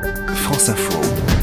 France Info.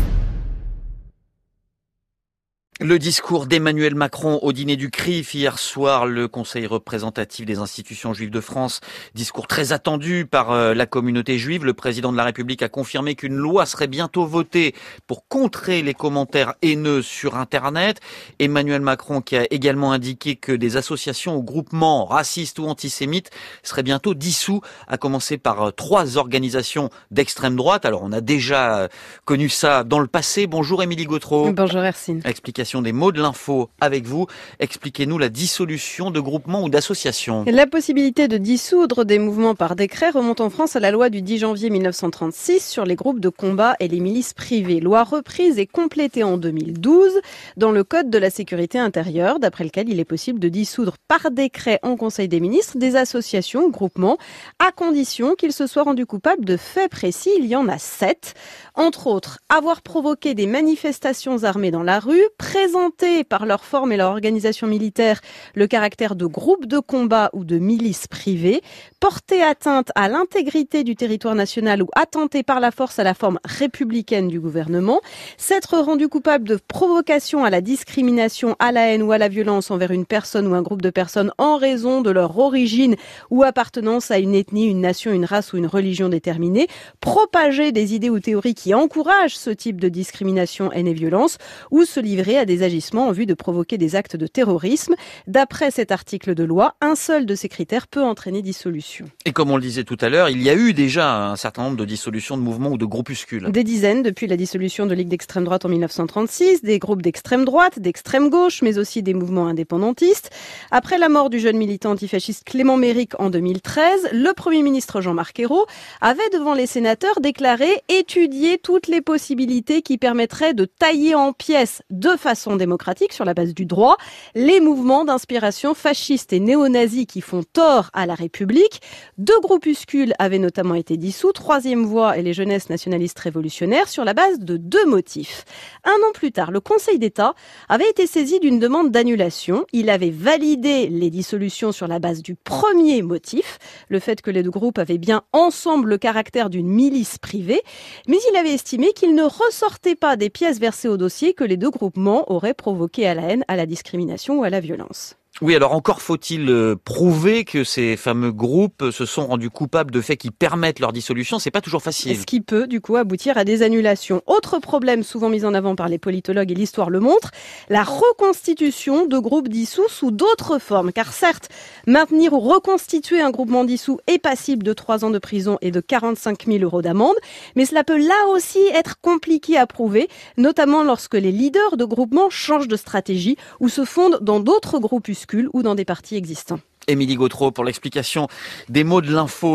Le discours d'Emmanuel Macron au dîner du CRIF hier soir, le Conseil représentatif des institutions juives de France. Discours très attendu par la communauté juive. Le président de la République a confirmé qu'une loi serait bientôt votée pour contrer les commentaires haineux sur Internet. Emmanuel Macron qui a également indiqué que des associations ou groupements racistes ou antisémites seraient bientôt dissous, à commencer par 3 organisations d'extrême droite. Alors on a déjà connu ça dans le passé. Bonjour Émilie Gautreau. Bonjour Hercine. Explication des mots de l'info avec vous. Expliquez-nous la dissolution de groupements ou d'associations. La possibilité de dissoudre des mouvements par décret remonte en France à la loi du 10 janvier 1936 sur les groupes de combat et les milices privées. Loi reprise et complétée en 2012 dans le Code de la sécurité intérieure, d'après lequel il est possible de dissoudre par décret en Conseil des ministres des associations ou groupements à condition qu'ils se soient rendus coupables de faits précis. Il y en a 7. Entre autres, avoir provoqué des manifestations armées dans la rue, présenter par leur forme et leur organisation militaire le caractère de groupe de combat ou de milice privée, porter atteinte à l'intégrité du territoire national ou attenter par la force à la forme républicaine du gouvernement, s'être rendu coupable de provocation à la discrimination, à la haine ou à la violence envers une personne ou un groupe de personnes en raison de leur origine ou appartenance à une ethnie, une nation, une race ou une religion déterminée, propager des idées ou théories qui encouragent ce type de discrimination, haine et violence, ou se livrer à des agissements en vue de provoquer des actes de terrorisme. D'après cet article de loi, un seul de ces critères peut entraîner dissolution. Et comme on le disait tout à l'heure, il y a eu déjà un certain nombre de dissolutions de mouvements ou de groupuscules. Des dizaines depuis la dissolution de Ligue d'extrême droite en 1936, des groupes d'extrême droite, d'extrême gauche, mais aussi des mouvements indépendantistes. Après la mort du jeune militant antifasciste Clément Méric en 2013, le Premier ministre Jean-Marc Ayrault avait devant les sénateurs déclaré étudier toutes les possibilités qui permettraient de tailler en pièces de façon démocratique, sur la base du droit, les mouvements d'inspiration fasciste et néo-nazi qui font tort à la République. 2 groupuscules avaient notamment été dissous, Troisième Voie et les Jeunesses nationalistes révolutionnaires, sur la base de 2 motifs. Un an plus tard, le Conseil d'État avait été saisi d'une demande d'annulation. Il avait validé les dissolutions sur la base du premier motif, le fait que les 2 groupes avaient bien ensemble le caractère d'une milice privée, mais il avait estimé qu'il ne ressortait pas des pièces versées au dossier que les 2 groupements auraient provoqué à la haine, à la discrimination ou à la violence. Oui, alors encore faut-il prouver que ces fameux groupes se sont rendus coupables de faits qui permettent leur dissolution. C'est pas toujours facile. Ce qui peut, du coup, aboutir à des annulations. Autre problème souvent mis en avant par les politologues et l'histoire le montre, la reconstitution de groupes dissous sous d'autres formes. Car certes, maintenir ou reconstituer un groupement dissous est passible de 3 ans de prison et de 45 000 € d'amende. Mais cela peut là aussi être compliqué à prouver, notamment lorsque les leaders de groupements changent de stratégie ou se fondent dans d'autres groupuscules ou dans des partis existants. Émilie Gautreau pour l'explication des mots de l'info.